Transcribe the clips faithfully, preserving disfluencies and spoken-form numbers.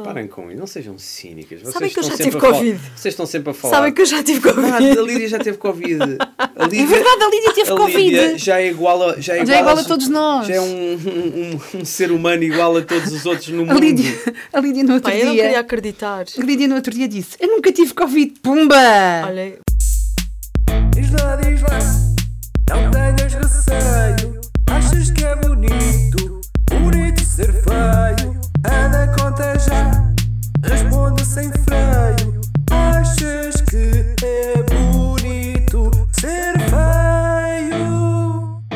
Parem com isso, não sejam cínicas. Vocês Sabem que eu estão já sempre tive a fal- Covid. Vocês estão sempre a falar. Sabem que eu já tive Covid. Ah, a Lídia já teve Covid. A Lídia, É verdade, a Lídia teve a Covid. Lídia já é igual a, já é Já é igual a, a todos nós. Já é um, um, um, um ser humano igual a todos os outros no A mundo. Lídia, a Lídia no outro Pai, eu não dia... queria acreditar. A Lídia no outro dia disse, eu nunca tive Covid, pumba! Olha, Diz lá, diz lá, não tenhas receio. Achas que é bonito, bonito ser feio. Anda, conta já, responde sem freio. Achas que é bonito ser feio?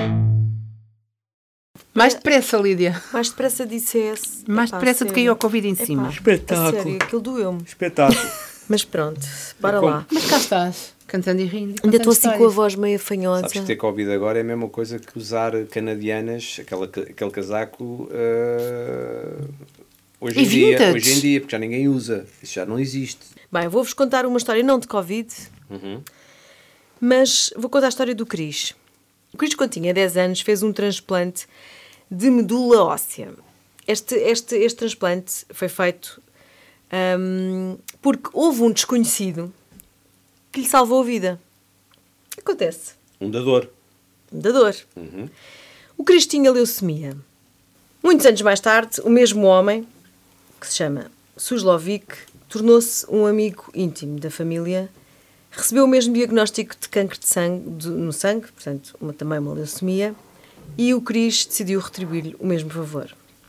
Mais depressa, Lídia. mais depressa dissesse. Mais Epá, depressa te sério. caiu a Covid em cima. Epá, Espetáculo. a sério, aquilo doeu-me. Espetáculo. Mas pronto, bora Como? lá. Mas cá estás, cantando e rindo. Ainda estou contando assim com a histórias. voz meio fanhosa. Sabes que ter Covid agora é a mesma coisa que usar canadianas, aquela, aquele casaco uh, hoje, E em dia, vintage. hoje em dia, porque já ninguém usa. Isso já não existe. Bem, vou-vos contar uma história não de Covid, Uhum. mas vou contar a história do Cris. O Cris, quando tinha dez anos, fez um transplante de medula óssea. Este, este, este transplante foi feito hum, porque houve um desconhecido que lhe salvou a vida. Acontece. Um dador. Da dor. Uhum. O Cris tinha leucemia. Muitos anos mais tarde, o mesmo homem, que se chama Suslovic, tornou-se um amigo íntimo da família, recebeu o mesmo diagnóstico de cancro de sangue, de, no sangue, portanto, uma, também uma leucemia, e o Cris decidiu retribuir-lhe o mesmo favor.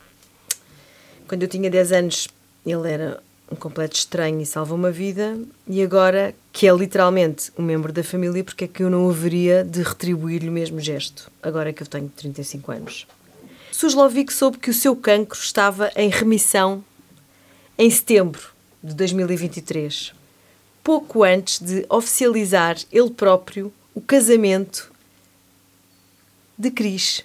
Quando eu tinha dez anos, ele era um completo estranho e salvou-me a vida, e agora, que é literalmente um membro da família, porque é que eu não haveria de retribuir-lhe o mesmo gesto, agora que eu tenho trinta e cinco anos? Suslovic soube que o seu cancro estava em remissão em setembro de dois mil e vinte e três, pouco antes de oficializar ele próprio o casamento de Cris.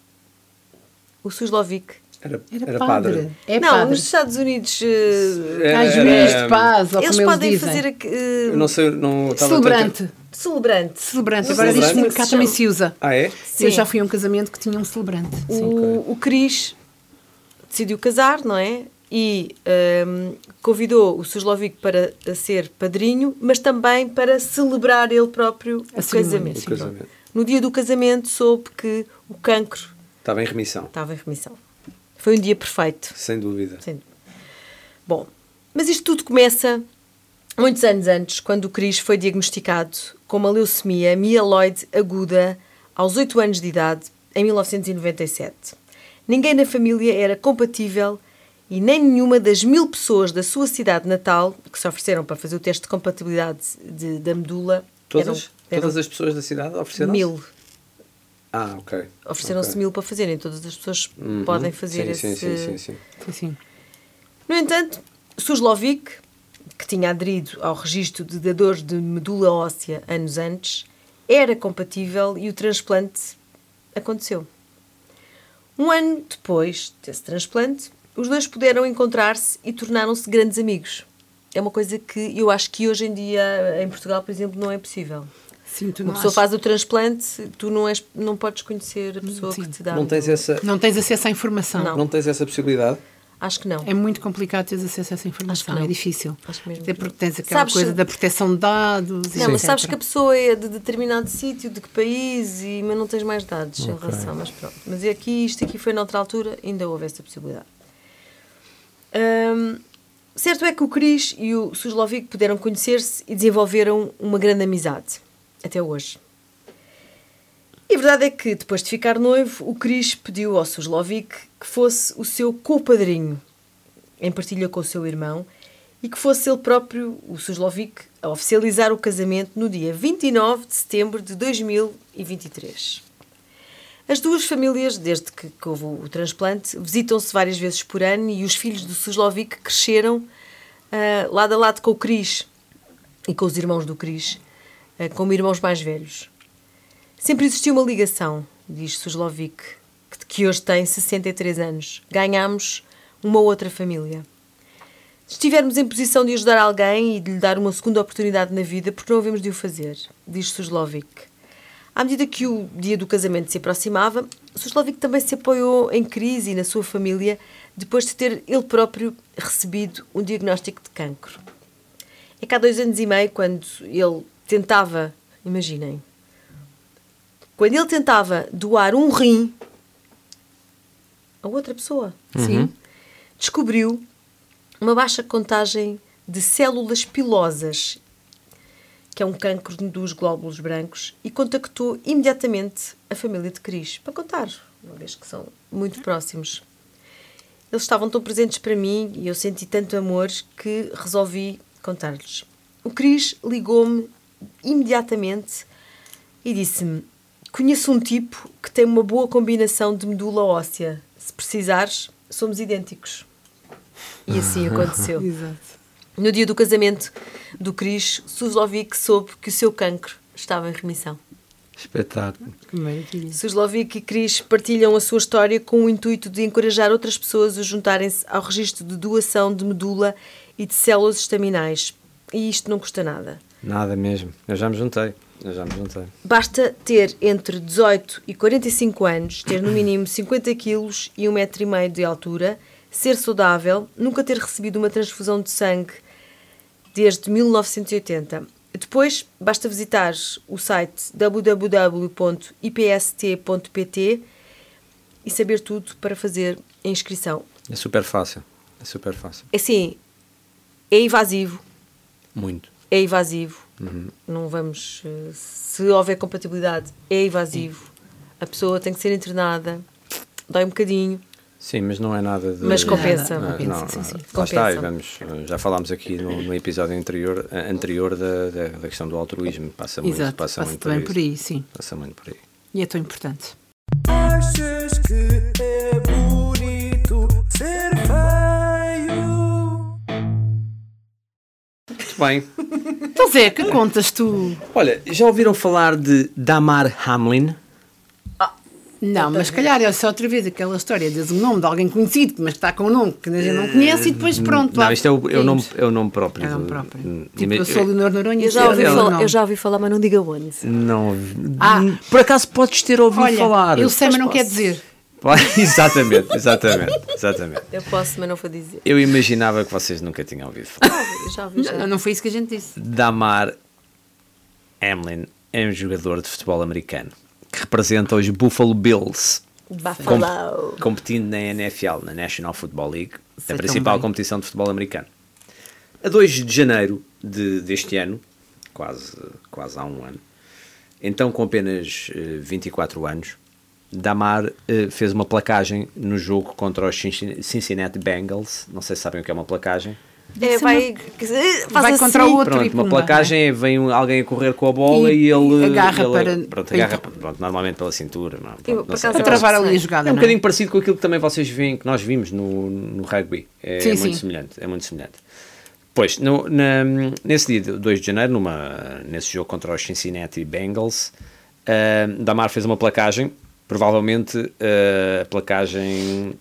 O Suslovic. Era, Era, era padre. padre. É não, padre. nos Estados Unidos eh, Era- Há era- juiz de paz, ou eles como eles podem dizem. fazer a- eh, Eu não sei, não estava Celebrante. celebrante. Celebrante. Não Agora sei diz-se como muito é cá se também chama. se usa. Ah, é? Sim. Eu já fui a um casamento que tinha um celebrante. Sim. O, o Cris decidiu casar, não é? E hum, convidou o Suslovic para ser padrinho, mas também para celebrar ele próprio A o cerimônia, casamento. O casamento. No dia do casamento soube que o cancro Estava em remissão. estava em remissão. Foi um dia perfeito. Sem dúvida. Sem dúvida. Bom, mas isto tudo começa muitos anos antes, quando o Cris foi diagnosticado com uma leucemia mieloide aguda aos oito anos de idade, em mil novecentos e noventa e sete. Ninguém na família era compatível e nem nenhuma das mil pessoas da sua cidade natal, que se ofereceram para fazer o teste de compatibilidade de- da medula, Todas, eram, eram todas as pessoas da cidade ofereceram-se? mil. Ah, ok. Ofereceram-se Ok. mil para fazerem. Todas as pessoas Uhum. podem fazer sim, esse... Sim, sim, sim, sim. Sim. No entanto, Suslovic, que tinha aderido ao registro de dadores de medula óssea anos antes, era compatível e o transplante aconteceu. Um ano depois desse transplante, os dois puderam encontrar-se e tornaram-se grandes amigos. É uma coisa que eu acho que hoje em dia, em Portugal, por exemplo, não é possível. Sim, tu Uma não, pessoa achas- faz o transplante, tu não, és, não podes conhecer a pessoa Sim. que te dá. Não tens essa, não tens acesso à informação. Não. não tens essa possibilidade? Acho que não. É muito complicado teres acesso a essa Acho que informação. não. É difícil. Acho mesmo Até que porque não. tens aquela Sabes coisa se- da proteção de dados. Não, mas etcétera. sabes que a pessoa é de determinado sítio, de que país, e, mas não tens mais dados em relação, mas pronto. Mas aqui, isto aqui foi noutra altura, ainda houve essa possibilidade. Hum, certo é que o Cris e o Suslovic puderam conhecer-se e desenvolveram uma grande amizade, até hoje. E a verdade é que, depois de ficar noivo, o Cris pediu ao Suslovic que fosse o seu co-padrinho, em partilha com o seu irmão, e que fosse ele próprio, o Suslovic, a oficializar o casamento no dia vinte e nove de setembro de dois mil e vinte e três. As duas famílias, desde que, que houve o transplante, visitam-se várias vezes por ano e os filhos do Suslovic cresceram ah, lado a lado com o Cris e com os irmãos do Cris, ah, como irmãos mais velhos. Sempre existiu uma ligação, diz Suslovic, que, que hoje tem sessenta e três anos. Ganhámos uma outra família. Se estivermos em posição de ajudar alguém e de lhe dar uma segunda oportunidade na vida, porque não havemos de o fazer, diz Suslovic. À medida que o dia do casamento se aproximava, Suslovic também se apoiou em Cris e na sua família, depois de ter ele próprio recebido um diagnóstico de cancro. É que há dois anos e meio, quando ele tentava, imaginem, quando ele tentava doar um rim a outra pessoa, sim, descobriu uma baixa contagem de células pilosas, que é um cancro dos glóbulos brancos, e contactou imediatamente a família de Cris para contar, uma vez que são muito próximos. Eles estavam tão presentes para mim e eu senti tanto amor que resolvi contar-lhes. O Cris ligou-me imediatamente e disse-me: conheço um tipo que tem uma boa combinação de medula óssea. Se precisares, somos idênticos. E assim aconteceu. Exato. No dia do casamento do Cris, Suslovic soube que o seu cancro estava em remissão. Espetáculo. Que maravilha. Suslovic e Cris partilham a sua história com o intuito de encorajar outras pessoas a juntarem-se ao registro de doação de medula e de células estaminais. E isto não custa nada. Nada mesmo. Eu já me juntei. Eu já me juntei. Basta ter entre dezoito e quarenta e cinco anos, ter no mínimo cinquenta quilos e um metro e meio de altura, ser saudável, nunca ter recebido uma transfusão de sangue desde mil novecentos e oitenta. Depois, basta visitar o site w w w ponto i p s t ponto p t e saber tudo para fazer a inscrição. É super fácil. É super fácil. Assim, é invasivo. Muito. É invasivo. Uhum. Não vamos... eh, Se houver compatibilidade, é invasivo. A pessoa tem que ser internada. Dói um bocadinho. Sim, mas não é nada de... Mas compensa. Não, Compensa, não, sim, sim. Lá Compensa. está, e vamos, já falámos aqui no, no episódio anterior, anterior da, da, da questão do altruísmo. Passa muito, Exato, passa passa muito também por, por aí, sim. Passa muito por aí. E é tão importante. Achas que é bonito ser feio? Muito bem. Então, Zé, que contas tu? Olha, já ouviram falar de Damar Hamlin? Não, mas se calhar é só outra vez aquela história, diz o nome de alguém conhecido, mas que está com um nome que a gente não conhece e depois pronto. Não, lá isto é o, é o, nome, caímos. é o nome próprio. É o nome do- próprio. Hum, Tipo, ima- eu sou Leonor Noronha Eu e já, sei ouvi o falar, nome. eu já ouvi falar, mas não diga onde. Não ouvi. Ah. Por acaso podes ter ouvido Olha, falar. eu sei, mas não Pois quer posso. dizer. Exatamente, exatamente, exatamente. Eu posso, mas não vou dizer. Eu imaginava que vocês nunca tinham ouvido falar. Eu já ouvi, já. Não, não foi isso que a gente disse. Damar Hamlin é um jogador de futebol americano que representa os Buffalo Bills, Buffalo. competindo na N F L, na National Football League, Sei a tão principal bem. competição de futebol americano. A dois de janeiro de, deste ano, quase, quase há um ano, então com apenas eh, vinte e quatro anos, Damar eh, fez uma placagem no jogo contra os Cincin- Cincinnati Bengals. Não sei se sabem o que é uma placagem. É, vai, faz Vai assim. contra o outro. Pronto, e uma pumba, placagem é vem um- alguém a correr com a bola e, E ele agarra ele- para- pronto, para- agarra pronto, normalmente pela cintura, não, pronto, Eu, não por sei. acaso, Para travar Sei. ali a jogada, É um não bocadinho parecido com aquilo que também vocês veem, que nós vimos no, no rugby. É, Sim, é muito sim. semelhante, é muito semelhante. Pois, no, na, nesse dia, de dois de janeiro, numa, nesse jogo contra os Cincinnati Bengals, uh, Damar fez uma placagem, provavelmente uh, a placagem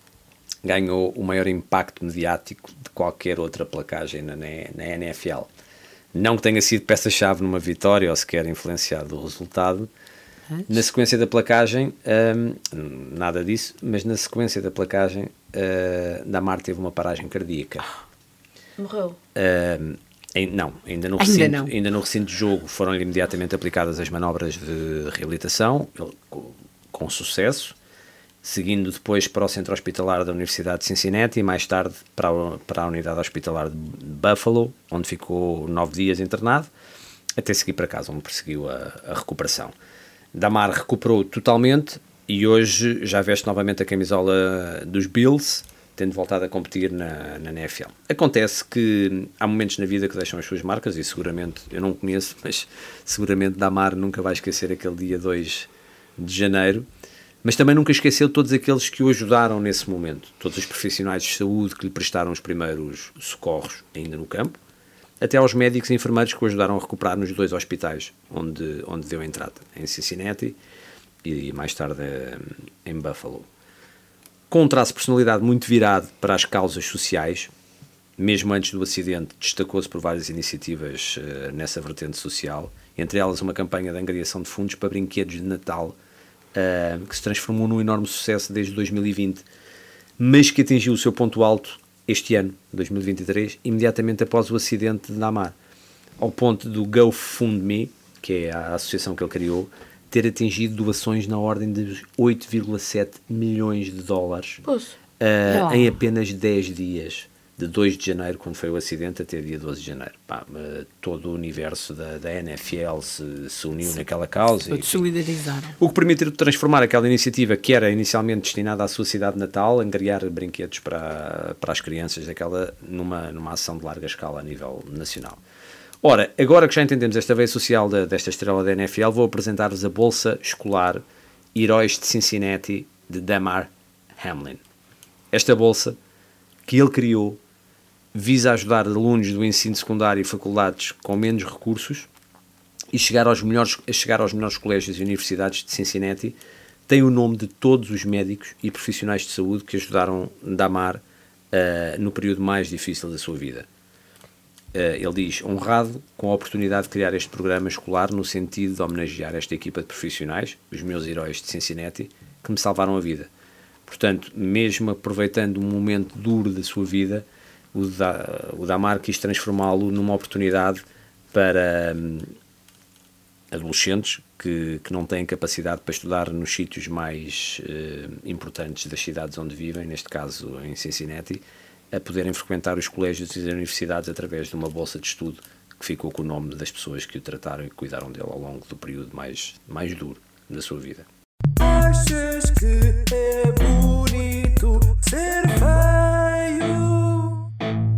ganhou o maior impacto mediático de qualquer outra placagem na, na N F L. Não que tenha sido peça-chave numa vitória ou sequer influenciado o resultado. Na sequência da placagem, hum, nada disso, mas na sequência da placagem, uh, Damar teve uma paragem cardíaca. Morreu. Uh, em- não, ainda no, Ainda recinto, não. ainda no recinto de jogo foram-lhe imediatamente aplicadas as manobras de reabilitação, ele, com, com sucesso, seguindo depois para o centro hospitalar da Universidade de Cincinnati e mais tarde para a, para a unidade hospitalar de Buffalo, onde ficou nove dias internado, até seguir para casa, onde prosseguiu a, a recuperação. Damar recuperou totalmente e hoje já veste novamente a camisola dos Bills, tendo voltado a competir na, na N F L. Acontece que há momentos na vida que deixam as suas marcas e seguramente, eu não conheço, mas seguramente Damar nunca vai esquecer aquele dia dois de janeiro, mas também nunca esqueceu todos aqueles que o ajudaram nesse momento, todos os profissionais de saúde que lhe prestaram os primeiros socorros ainda no campo, até aos médicos e enfermeiros que o ajudaram a recuperar nos dois hospitais onde, onde deu entrada, em Cincinnati e mais tarde em Buffalo. Com um traço de personalidade muito virado para as causas sociais, mesmo antes do acidente, destacou-se por várias iniciativas uh, nessa vertente social, entre elas uma campanha de angariação de fundos para brinquedos de Natal, uh, que se transformou num enorme sucesso desde dois mil e vinte. mas que atingiu o seu ponto alto este ano, dois mil e vinte e três, imediatamente após o acidente de Damar, ao ponto do GoFundMe, que é a associação que ele criou, ter atingido doações na ordem de oito vírgula sete milhões de dólares uh, em apenas dez dias, de dois de janeiro, quando foi o acidente, até dia doze de janeiro. Pá, uh, todo o universo da, da N F L se, se uniu Sim. naquela causa. Todos solidarizaram. O que permitiu transformar aquela iniciativa, que era inicialmente destinada à sua cidade natal, angariar brinquedos para, para as crianças daquela, numa, numa ação de larga escala a nível nacional. Ora, agora que já entendemos esta veia social de, desta estrela da N F L, vou apresentar-vos a Bolsa Escolar Heróis de Cincinnati, de Damar Hamlin. Esta bolsa, que ele criou, visa ajudar alunos do ensino secundário e faculdades com menos recursos e chegar aos melhores, a chegar aos melhores colégios e universidades de Cincinnati. Tem o nome de todos os médicos e profissionais de saúde que ajudaram Damar uh, no período mais difícil da sua vida. Uh, ele diz, honrado com a oportunidade de criar este programa escolar no sentido de homenagear esta equipa de profissionais, os meus heróis de Cincinnati, que me salvaram a vida. Portanto, mesmo aproveitando um momento duro da sua vida, o, da, o Damar quis transformá-lo numa oportunidade para hum, adolescentes que, que não têm capacidade para estudar nos sítios mais uh, importantes das cidades onde vivem, neste caso em Cincinnati, a poderem frequentar os colégios e as universidades através de uma bolsa de estudo que ficou com o nome das pessoas que o trataram e cuidaram dele ao longo do período mais, mais duro da sua vida. Achas que é bonito ser feio?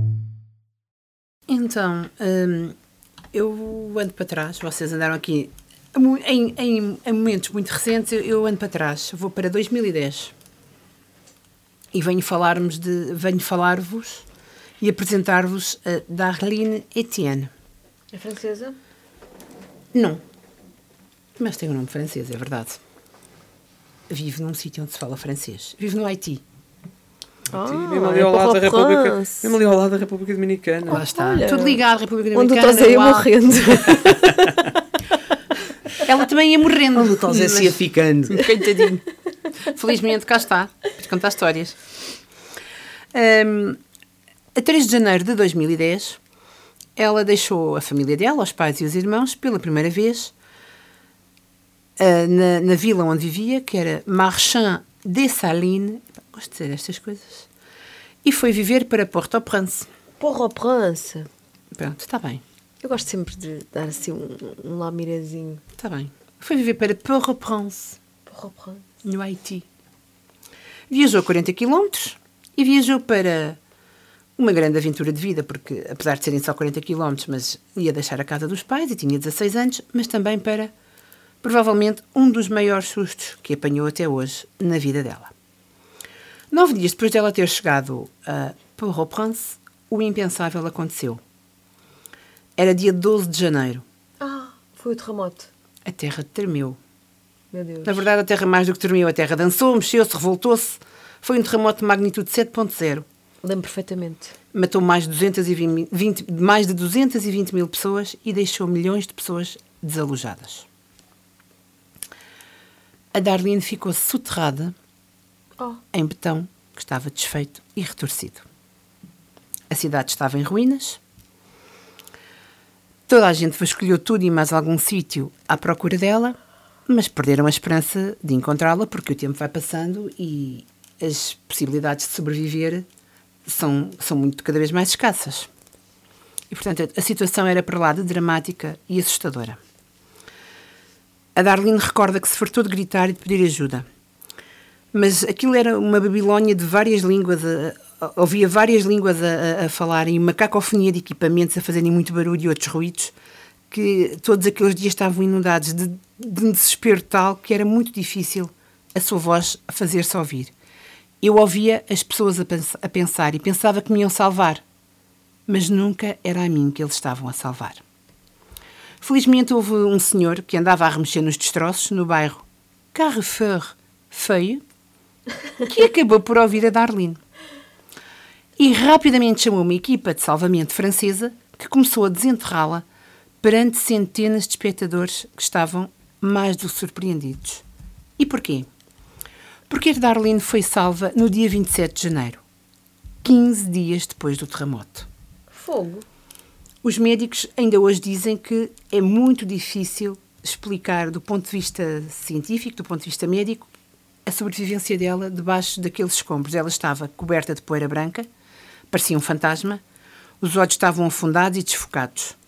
Então, hum, eu ando para trás, vocês andaram aqui em, em, em momentos muito recentes, eu, eu ando para trás, vou para dois mil e dez e venho falar-vos de, venho falar-vos e apresentar-vos a Darlene Etienne. É francesa? Não, mas tem um nome francês, é verdade. Vive num sítio onde se fala francês. Vive no Haiti. Ah, mesmo ali ao lado da República, mesmo ali ao lado da República Dominicana. Lá está. Olha, tudo ligado à República onde Dominicana. onde o Tosé ia morrendo. Ela também ia morrendo. Onde o Tosé se ia ficando. Coitadinho. Felizmente cá está. Para contar histórias. Um, a três de janeiro de dois mil e dez, ela deixou a família dela, os pais e os irmãos, pela primeira vez, uh, na, na vila onde vivia, que era Marchand des Salines. Gosto de dizer estas coisas. E foi viver para Port-au-Prince. Port-au-Prince. Pronto, está bem. Eu gosto sempre de dar assim um, um lamirazinho. Está bem. Foi viver para Port-au-Prince. Port-au-Prince. No Haiti. Viajou quarenta quilómetros e viajou para uma grande aventura de vida, porque apesar de serem só quarenta quilómetros, mas ia deixar a casa dos pais e tinha dezasseis anos, mas também para, provavelmente, um dos maiores sustos que apanhou até hoje na vida dela. Nove dias depois dela ter chegado a Port-au-Prince, o impensável aconteceu. Era dia doze de janeiro. Ah, foi o terremoto. A terra tremeu. Meu Deus. Na verdade, a terra mais do que tremeu. A terra dançou, mexeu-se, revoltou-se. Foi um terremoto de magnitude sete ponto zero. Lembro perfeitamente. Matou mais de, duzentos e vinte, mais de duzentos e vinte mil pessoas e deixou milhões de pessoas desalojadas. A Darlene ficou soterrada Oh. em betão que estava desfeito e retorcido. A cidade estava em ruínas. Toda a gente vasculhou tudo e mais algum sítio à procura dela, mas perderam a esperança de encontrá-la porque o tempo vai passando e as possibilidades de sobreviver são, são muito, cada vez mais escassas. E, portanto, a situação era para lá de dramática e assustadora. A Darlene recorda que se fartou de gritar e de pedir ajuda. Mas aquilo era uma Babilónia de várias línguas, a, a, havia várias línguas a, a, a falarem, uma cacofonia de equipamentos a fazerem muito barulho e outros ruídos, que todos aqueles dias estavam inundados de, de um desespero tal que era muito difícil a sua voz fazer-se ouvir. Eu ouvia as pessoas a, pens- a pensar e pensava que me iam salvar, mas nunca era a mim que eles estavam a salvar. Felizmente houve um senhor que andava a remexer nos destroços no bairro Carrefour Feio, que acabou por ouvir a Darlene. E rapidamente chamou uma equipa de salvamento francesa que começou a desenterrá-la perante centenas de espectadores que estavam mais do que surpreendidos. E porquê? Porque a Darlene foi salva no dia vinte e sete de janeiro, quinze dias depois do terremoto. Fogo. Os médicos ainda hoje dizem que é muito difícil explicar do ponto de vista científico, do ponto de vista médico, a sobrevivência dela debaixo daqueles escombros. Ela estava coberta de poeira branca, parecia um fantasma, os olhos estavam afundados e desfocados.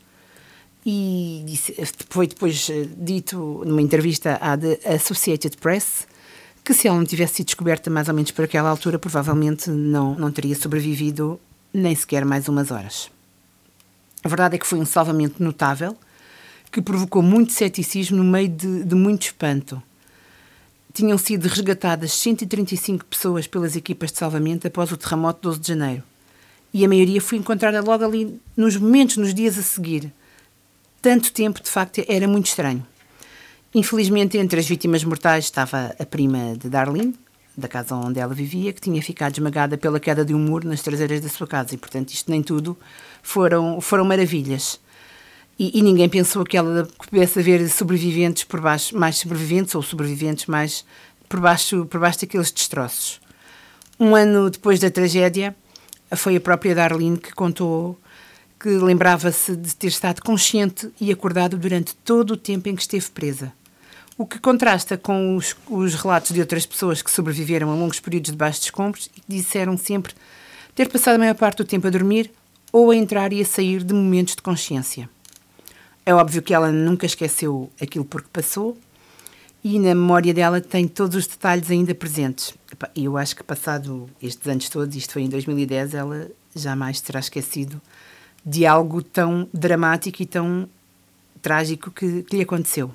E disse, foi depois dito numa entrevista à The Associated Press que se ela não tivesse sido descoberta mais ou menos por aquela altura, provavelmente não, não teria sobrevivido nem sequer mais umas horas. A verdade é que foi um salvamento notável, que provocou muito ceticismo no meio de, de muito espanto. Tinham sido resgatadas cento e trinta e cinco pessoas pelas equipas de salvamento após o terremoto de doze de janeiro. E a maioria foi encontrada logo ali nos momentos, nos dias a seguir. Tanto tempo, de facto, era muito estranho. Infelizmente, entre as vítimas mortais estava a prima de Darlene, da casa onde ela vivia, que tinha ficado esmagada pela queda de um muro nas traseiras da sua casa. E, portanto, isto nem tudo foram, foram maravilhas. E, e ninguém pensou que ela pudesse haver sobreviventes por baixo, mais sobreviventes ou sobreviventes mais por baixo, por baixo daqueles destroços. Um ano depois da tragédia, foi a própria Darlene que contou que lembrava-se de ter estado consciente e acordado durante todo o tempo em que esteve presa. O que contrasta com os, os relatos de outras pessoas que sobreviveram a longos períodos debaixo de escombros e que disseram sempre ter passado a maior parte do tempo a dormir ou a entrar e a sair de momentos de consciência. É óbvio que ela nunca esqueceu aquilo por que passou e na memória dela tem todos os detalhes ainda presentes. E eu acho que passado estes anos todos, isto foi em dois mil e dez, ela jamais terá esquecido de algo tão dramático e tão trágico que, que lhe aconteceu.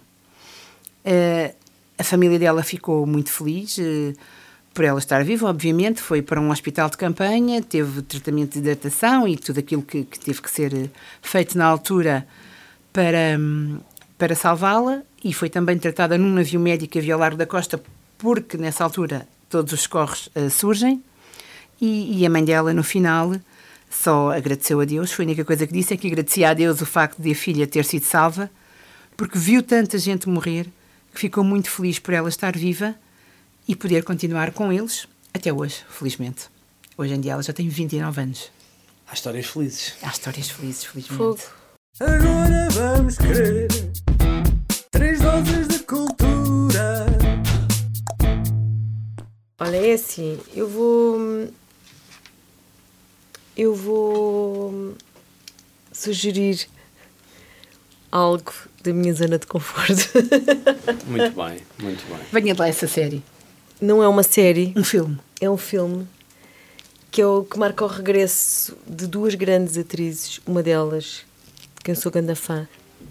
Uh, a família dela ficou muito feliz uh, por ela estar viva, obviamente. Foi para um hospital de campanha, teve tratamento de hidratação e tudo aquilo que, que teve que ser uh, feito na altura para, um, para salvá-la, e foi também tratada num navio médico a via Largo da Costa, porque nessa altura todos os socorros uh, surgem, e, e a mãe dela no final só agradeceu a Deus. Foi a única coisa que disse, é que agradecia a Deus o facto de a filha ter sido salva, porque viu tanta gente morrer que ficou muito feliz por ela estar viva e poder continuar com eles até hoje, felizmente. Hoje em dia ela já tem vinte e nove anos. Há histórias felizes. Há histórias felizes, felizmente. Fogo. Agora vamos querer três doses de cultura. Olha, é assim, eu vou... Eu vou sugerir algo da minha zona de conforto. Muito bem, muito bem. Venha de lá essa série. Não é uma série, Um filme. é um filme que é o que marca o regresso de duas grandes atrizes, uma delas, de quem eu sou ganda fã.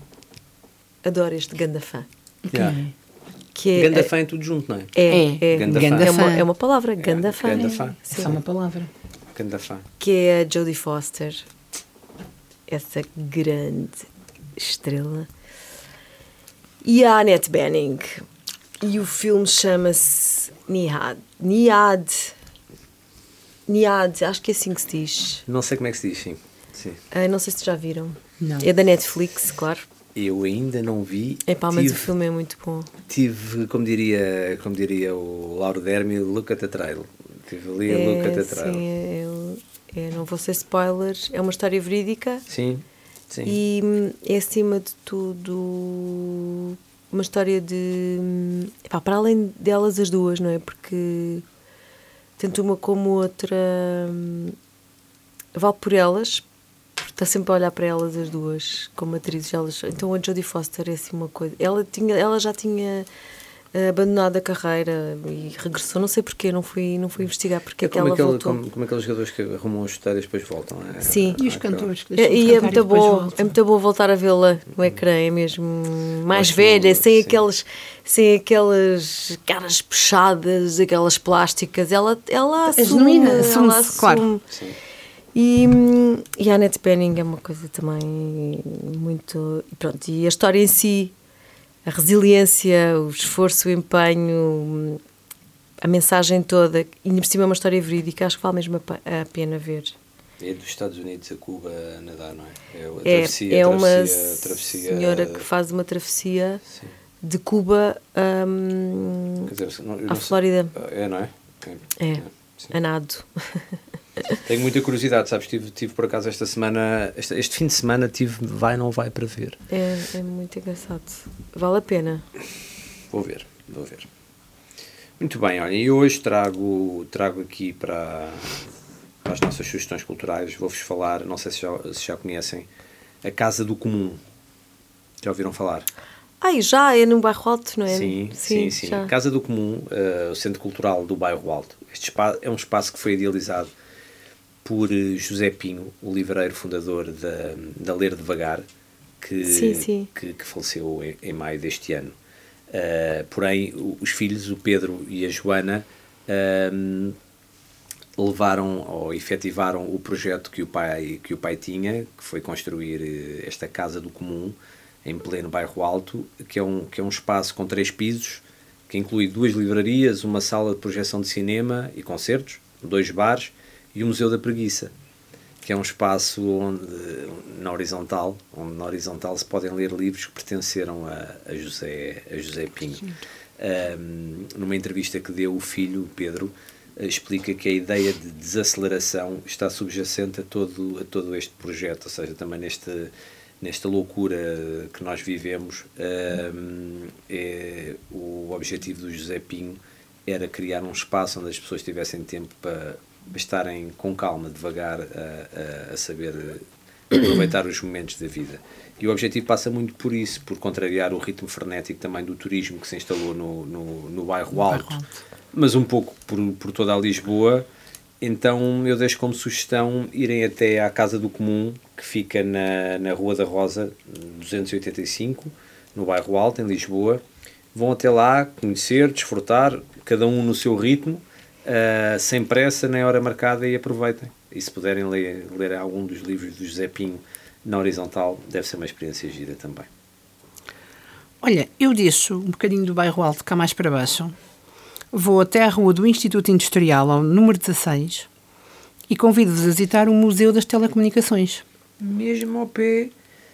Adoro este ganda fã. Yeah. Que é, Ganda fã é tudo junto, não é? É, É. é, Ganda Ganda fã. é, uma, fã. é uma palavra, ganda É, fã. ganda é. fã. É Sim. só uma palavra. Ganda fã. Que é a Jodie Foster, essa grande estrela, e a Annette Bening. E o filme chama-se Niad. Niad. Niad, acho que é assim que se diz. Não sei como é que se diz, sim. sim. Ah, não sei se já viram. Não. É da Netflix, claro. Eu ainda não vi. Epá, mas tive, o filme é muito bom. Tive, como diria, como diria o Lauro Dermi, look at the trail. Tive ali a É, look at the trail. sim, é, é, não vou ser spoiler, é uma história verídica. Sim, sim. E hum, é, acima de tudo, uma história de... hum, epá, para além delas as duas, não é? Porque tanto uma como outra hum, vale por elas, porque está sempre a olhar para elas as duas como atrizes. Elas, então a Jodie Foster é assim uma coisa... Ela, tinha, ela já tinha eh, abandonado a carreira e regressou, não sei porquê, não fui, não fui investigar porque É é que como, ela aquele, voltou. como, como aqueles jogadores que arrumam os chuteiras e depois voltam. É, Sim. E os é, cantores que É, deixam de e é cantar muito depois bom, voltam. é muito bom voltar a vê-la no ecrã, é mesmo mais Gosto velha, muito, sem sim. aquelas, sem aquelas caras puxadas, aquelas plásticas. Ela, ela assume, genuína, ela assume-se, assume. claro. Sim. E, hum, e a Annette Bening é uma coisa também muito... e Pronto, e a história em si, a resiliência, o esforço, o empenho, a mensagem toda, e ainda por cima é uma história verídica, acho que vale mesmo a pe- a pena ver. É dos Estados Unidos a Cuba a nadar, não é? É, a É, travessia, é a uma travessia, a travessia, senhora que faz uma travessia Sim. de Cuba hum, Quer dizer, não, eu à não sei- Flórida. É, não é? É, É, sim. a nado. Tenho muita curiosidade, sabes? Tive, tive por acaso esta semana, este, este fim de semana, tive vai não vai para ver. É, é muito engraçado. Vale a pena. Vou ver, vou ver. Muito bem, olha, e hoje trago, trago aqui para, para as nossas sugestões culturais, vou-vos falar, não sei se já, se já conhecem, a Casa do Comum. Já ouviram falar? Ai, já é num bairro alto, não é? Sim, sim, sim. já. Casa do Comum, uh, o Centro Cultural do Bairro Alto. Este espaço é um espaço que foi idealizado por uh, José Pinho, o livreiro fundador da, da Ler Devagar, que, Sim, sim. que, que faleceu em, em maio deste ano. Uh, porém, o, os filhos, o Pedro e a Joana, uh, levaram ou efetivaram o projeto que o pai, que o pai tinha, que foi construir uh, esta Casa do Comum, em pleno Bairro Alto, que é, um, que é um espaço com três pisos, que inclui duas livrarias, uma sala de projeção de cinema e concertos, dois bares e o Museu da Preguiça, que é um espaço onde, na horizontal, onde na horizontal se podem ler livros que pertenceram a, a, José, a José Pinho. Um, numa entrevista que deu, o filho, Pedro, explica que a ideia de desaceleração está subjacente a todo, a todo este projeto, ou seja, também neste... nesta loucura que nós vivemos, um, é, o objetivo do José Pinho era criar um espaço onde as pessoas tivessem tempo para, para estarem com calma, devagar, a, a, a saber aproveitar os momentos da vida. E o objetivo passa muito por isso, por contrariar o ritmo frenético também do turismo que se instalou no, no, no bairro Alto, mas um pouco por, por toda a Lisboa. Então eu deixo como sugestão irem até à Casa do Comum, que fica na, na Rua da Rosa, duzentos e oitenta e cinco, no bairro Alto, em Lisboa. Vão até lá, conhecer, desfrutar, cada um no seu ritmo, uh, sem pressa, nem hora marcada, e aproveitem. E se puderem ler, ler algum dos livros do José Pinho na horizontal, deve ser uma experiência gira também. Olha, eu deixo um bocadinho do bairro Alto, cá mais para baixo. Vou até à rua do Instituto Industrial, ao número dezasseis, e convido-vos a visitar o Museu das Telecomunicações. Mesmo ao pé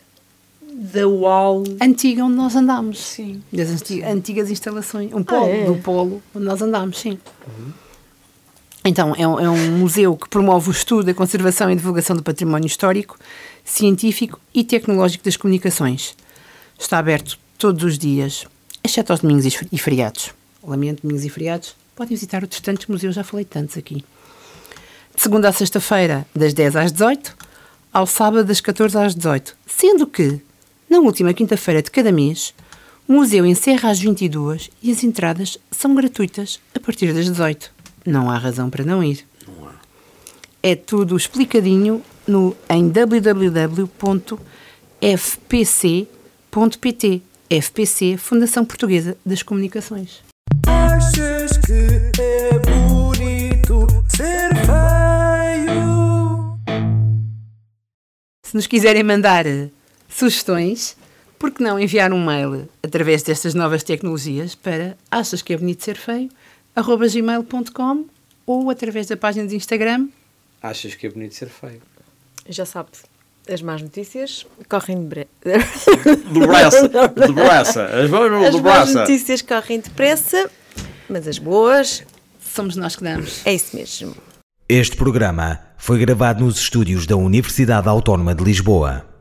da U A L. Antiga, onde nós andámos. Sim. Das anti- antigas instalações. Um polo, Ah, é? do polo onde nós andámos, sim. Uhum. Então, é um, é um museu que promove o estudo, a conservação e a divulgação do património histórico, científico e tecnológico das comunicações. Está aberto todos os dias, exceto aos domingos e feriados. Lamento, domingos e feriados, podem visitar outros tantos museus, já falei tantos aqui. De segunda a sexta-feira, das dez às dezoito, ao sábado, das catorze às dezoito. Sendo que, na última quinta-feira de cada mês, o museu encerra às vinte e duas e as entradas são gratuitas a partir das dezoito. Não há razão para não ir. Não há. É tudo explicadinho no, em w w w ponto f p c ponto p t. F P C, Fundação Portuguesa das Comunicações. Achas que é bonito ser feio? Se nos quiserem mandar sugestões, por que não enviar um mail através destas novas tecnologias para achas que é bonito ser feio, arroba gmail ponto com, ou através da página de Instagram. Achas que é bonito ser feio? Já sabe, as más notícias correm depressa. Depressa, depressa, as boas As más depressa. notícias correm depressa, mas as boas, Somos nós que damos. é isso mesmo. Este programa foi gravado nos estúdios da Universidade Autónoma de Lisboa.